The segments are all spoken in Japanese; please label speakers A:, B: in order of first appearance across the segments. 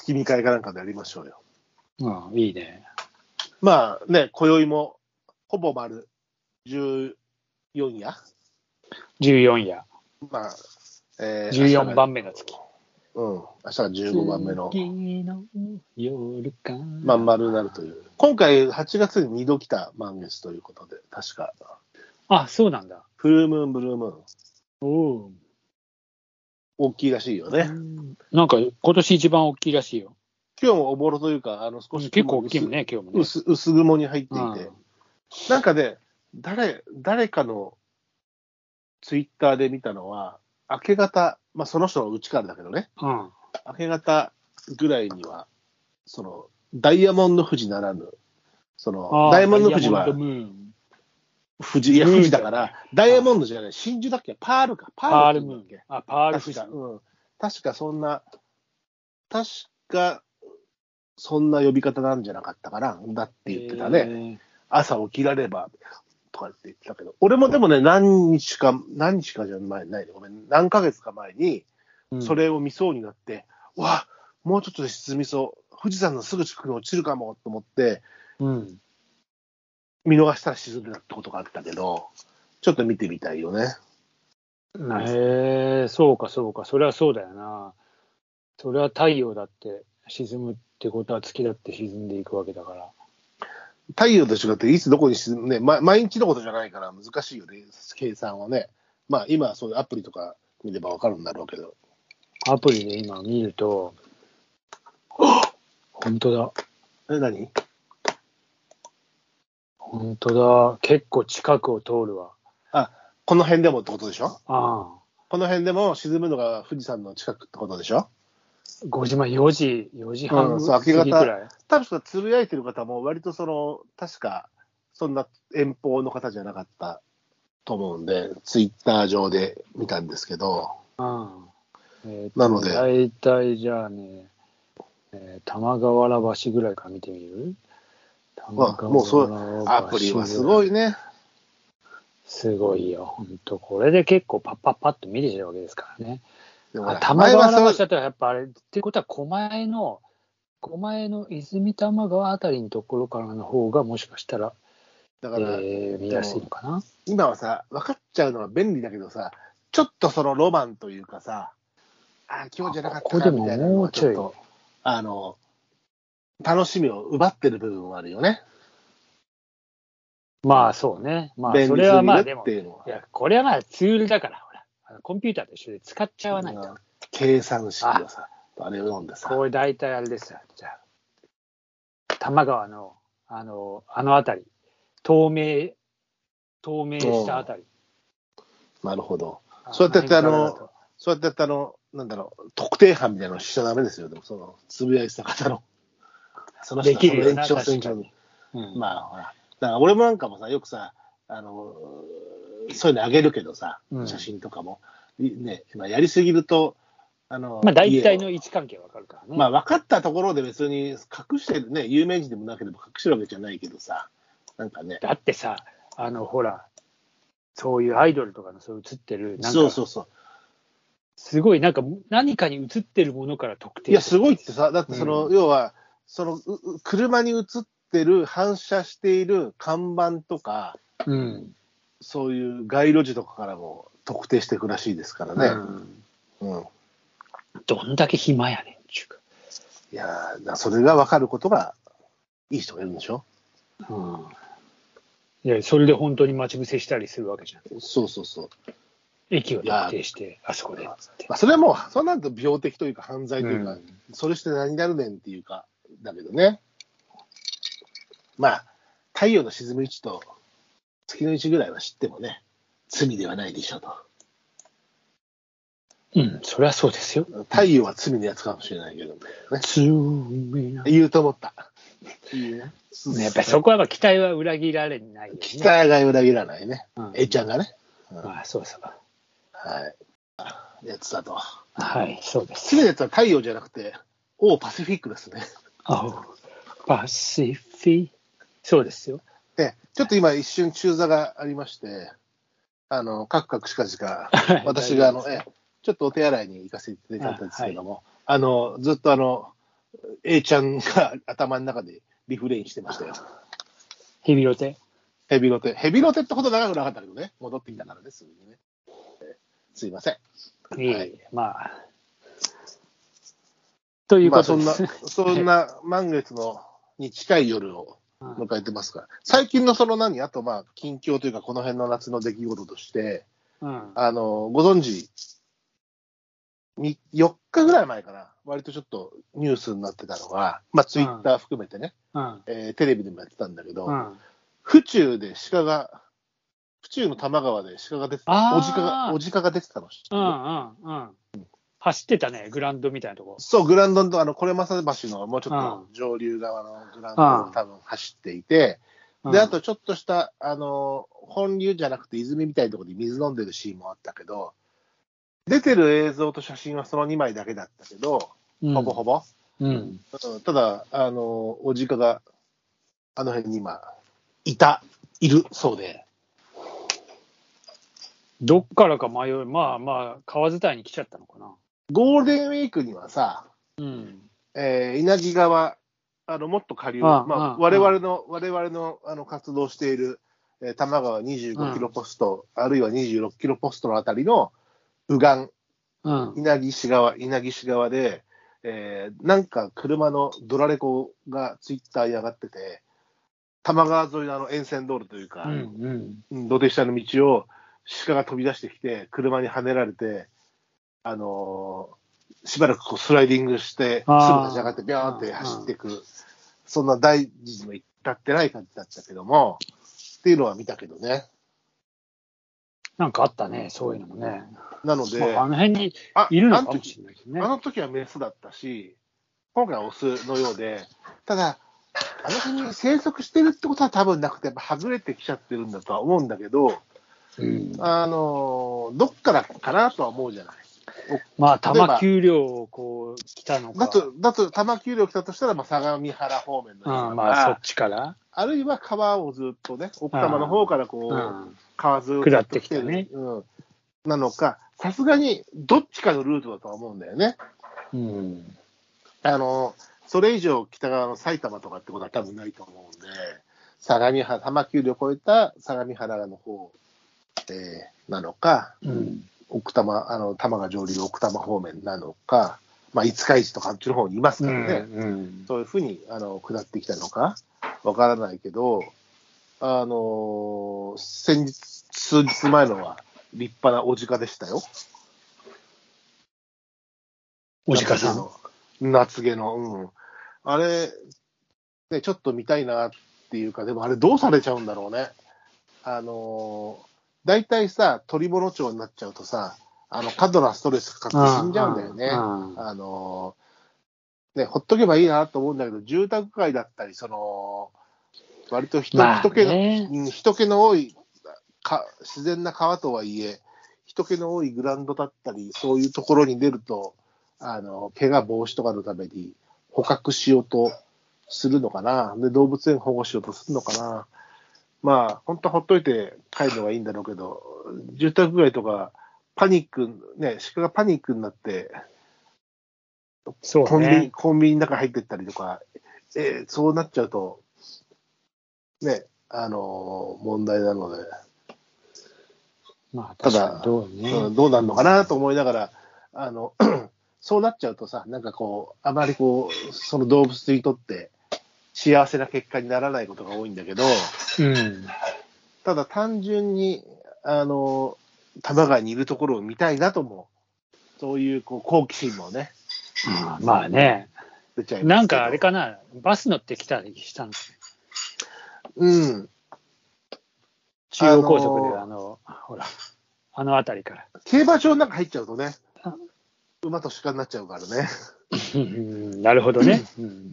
A: 月2回かなんかでやりましょうよ。
B: うん、いいね。
A: まあね、今宵もほぼ丸14夜。
B: 14夜。
A: まあ、
B: 14番目の月。
A: 明日が15番目の。
B: 次の夜か。
A: まん丸になるという。今回8月に2度来た満月ということで、確か。
B: あ、そうなんだ。
A: フルムーン、ブルームーン。
B: おお。
A: 大きいらしいよね。
B: なんか今年一番大きいらしいよ。
A: 今日もおぼろというか、少し
B: 結構大きいもんね、今日もね。
A: 薄雲に入っていて。なんかね、誰かのツイッターで見たのは、明け方、まあその人の家からだけどね、明け方ぐらいには、ダイヤモンド富士ならぬ、ダイヤモンド富士は、富士だから、ダイヤモンドじゃない、真珠だっけ、パールか、
B: パールムーン。パール富士。
A: 確かそんな呼び方なんじゃなかったかな、だって言ってたね。朝起きられば、とかって言ってたけど、俺もでもね、何日かじゃないね、ごめん、何ヶ月か前に、それを見そうになって、わあ、もうちょっとで沈みそう、富士山のすぐ近くに落ちるかもと思って、見逃したら沈んでたってことがあったけど、ちょっと見てみたいよね。
B: そうか、そうか、それはそうだよな。それは太陽だって沈むってことは月だって沈んでいくわけだから。
A: 太陽と違っていつどこに沈むね、毎日のことじゃないから難しいよね、計算はね。まあ今そういうアプリとか見れば分かるんだろうけど。
B: アプリで今見ると、本当だ。
A: 何？
B: 本当だ。結構近くを通るわ。
A: この辺でもってことでしょ？
B: こ
A: の辺でも沈むのが富士山の近くってことでしょ
B: ？4時半過ぎくらい。
A: 多分つぶやいてる方も割と確かそんな遠方の方じゃなかったと思うんで、ツイッター上で見たんですけど。なので。
B: 大体じゃあね、玉川原橋ぐらいから見てみる？
A: もうそうアプリはすごいね。
B: すごいよ、本当これで結構パッパッパッと見れちゃうわけですからね。玉川原橋だったらやっぱあれってことは狛江の泉多摩川あたりのところからの方がもしかしたら
A: だから、
B: 見やすいのかな。
A: 今はさ分かっちゃうのは便利だけどさ、ちょっとロマンというかさ、今日じゃなかったかみたいなのはちょっと楽しみを奪ってる部分はあるよね。
B: まあそうね。まあそれはまあでも、いやこれはまあツールだから、ほらコンピューターと一緒で使っちゃわないと。
A: 計算式をさ、あれを読んでさ。
B: これ大体あれですよ。じゃあ多摩川のあの辺り、透明した辺り。
A: なるほど。そうやってなんだろう、特定班みたいなのしちゃダメですよ。でもつぶやいてた方の。その人の延長線上に。まあほら。だから俺もなんかもさ、よくさ、そういうのあげるけどさ、写真とかも。ね、やりすぎると、
B: まあ大体の位置関係わかるからね。
A: まあ分かったところで別に隠してるね、有名人でもなければ隠してるわけじゃないけどさ、なんかね。
B: だってさ、ほら、そういうアイドルとかのそう映ってる、なんか、
A: そう。
B: すごいなんか何かに映ってるものから特定。
A: いや、すごいってさ、だって要は、車に映ってる、反射している看板とか、そういう街路樹とかからも特定していくらしいですからね。
B: どんだけ暇やねんちゅうか。
A: いや、それが分かることがいい人がいるんでしょ。
B: いや、それで本当に待ち伏せしたりするわけじゃん。
A: そう。
B: 駅を特定して、あそこで。
A: まあ、それはもう、そうなると病的というか犯罪というか、それして何になるねんっていうか、だけどね。まあ、太陽の沈む位置と月の位置ぐらいは知ってもね、罪ではないでしょうと。
B: それはそうですよ。
A: 太陽は罪のやつかもしれないけどね。言うと思った。
B: やっぱりそこは期待は裏切られない、ね。
A: 期待が裏切らないね。A ちゃんがね。
B: まあ、そう。
A: はい。やつだと。
B: はい、そうです。
A: 罪のやつは太陽じゃなくて、パシフィックですね。
B: パシフィ。そうですよ。
A: ちょっと今一瞬中座がありまして、カクカクしかじか、私がちょっとお手洗いに行かせていただいたんですけども、ずっと A ちゃんが頭の中でリフレインしてましたよ。
B: ヘビロテ
A: ヘビロテってほど長くなかったけどね、戻ってきたからね、すぐにね。すいません。
B: はい、まあ。ということで、
A: まあ、そんな満月に近い夜を迎えてますから、最近のあとまあ、近況というか、この辺の夏の出来事として、ご存知、4日ぐらい前かな、割とちょっとニュースになってたのが、まあ、ツイッター含めてね、テレビでもやってたんだけど、府中で府中の多摩川で鹿が出てた、おじかが出てたの知ってる？
B: 走ってたね、グラウンドみたいなとこ。
A: そう、グラウンドの、これまさ橋のもうちょっと上流側のグラウンドを多分走っていて、で、あとちょっとした、本流じゃなくて泉みたいなところで水飲んでるシーンもあったけど、出てる映像と写真はその2枚だけだったけど、ほぼほぼ。ただ、おじかが、あの辺に今、いるそうで。
B: どっからか迷う、まあ、川伝いに来ちゃったのかな。
A: ゴールデンウィークにはさ、稲城川、もっと下流、我々の活動している、多摩川25キロポスト、あるいは26キロポストのあたりの右岸、稲城市側で、なんか車のドラレコがツイッターに上がってて、多摩川沿いの沿線道路というか、土手下の道を鹿が飛び出してきて、車にはねられて、しばらくこうスライディングして、すぐ立ち上がって、ビャーンって走っていく、そんな大事に至ってない感じだったけども、っていうのは見たけどね。
B: なんかあったね、そういうのもね。
A: なので、
B: あの辺にいるのかもしれないですね。
A: あの時はメスだったし、今回はオスのようで、ただ、あの辺に生息してるってことは多分なくて、やっぱはぐれてきちゃってるんだとは思うんだけど、どっからかなとは思うじゃない。
B: まあ、多摩丘陵をこう来たのか。
A: だと多摩丘陵来たとしたら、まあ、相模原方面の
B: まあ、そっちから。
A: あるいは川をずっとね、奥多摩の方からこう、川沿いを
B: 下ってきてね。
A: なのか、さすがにどっちかのルートだとは思うんだよね。それ以上北側の埼玉とかってことは多分ないと思うんで、多摩丘陵を越えた相模原の方、なのか、奥多摩、多摩が上流奥多摩方面なのか、まあ、五日市とかあっちの方にいますからね、そういうふうに下ってきたのかわからないけど、数日前のは立派なおじかでしたよ。
B: おじかさん。
A: 夏毛の、あれ、ね、ちょっと見たいなっていうか、でもあれどうされちゃうんだろうね。大体さ、鳥物町になっちゃうとさ、過度なストレスかかって死んじゃうんだよね。ね、ほっとけばいいなと思うんだけど、住宅街だったり、割と人気の多い自然な川とはいえ、人気の多いグラウンドだったり、そういうところに出ると、怪我防止とかのために捕獲しようとするのかな。で、動物園保護しようとするのかな。まあ、本当はほっといて帰るのがいいんだろうけど、住宅街とか、鹿がパニックになって、コンビニの中入ってったりとか、そうなっちゃうと、ね、問題なので、
B: まあ、
A: ただ、どうなるのかなと思いながら、そうなっちゃうとさ、なんかこう、あまりこう、その動物にとって幸せな結果にならないことが多いんだけど、ただ単純に、多摩川にいるところを見たいなとも、そういうこう好奇心もね、
B: まあね、
A: 出ちゃいます。
B: なんかあれかな、バス乗ってきたりしたんですね。中央高速で、ほら、辺りから。
A: 競馬場の中入っちゃうとね、馬と鹿になっちゃうからね。
B: なるほどね。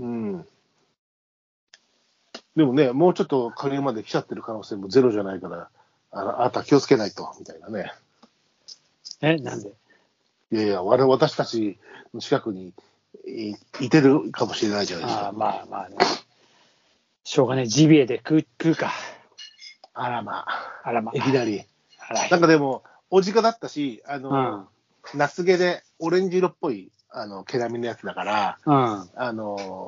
A: でもね、もうちょっと下流まで来ちゃってる可能性もゼロじゃないから、あなた気をつけないと、みたいなね。
B: なんで？
A: いやいや、私たちの近くにいてるかもしれないじゃないですか。
B: まあね。しょうがない。ジビエで食うか。
A: あらまあ。いきなり。なんかでも、おじかだったし、夏毛でオレンジ色っぽい、 毛並みのやつだから、
B: うん、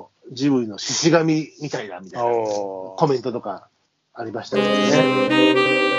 A: ジブリの獅子神みたいだみたいなコメントとかありましたけどね。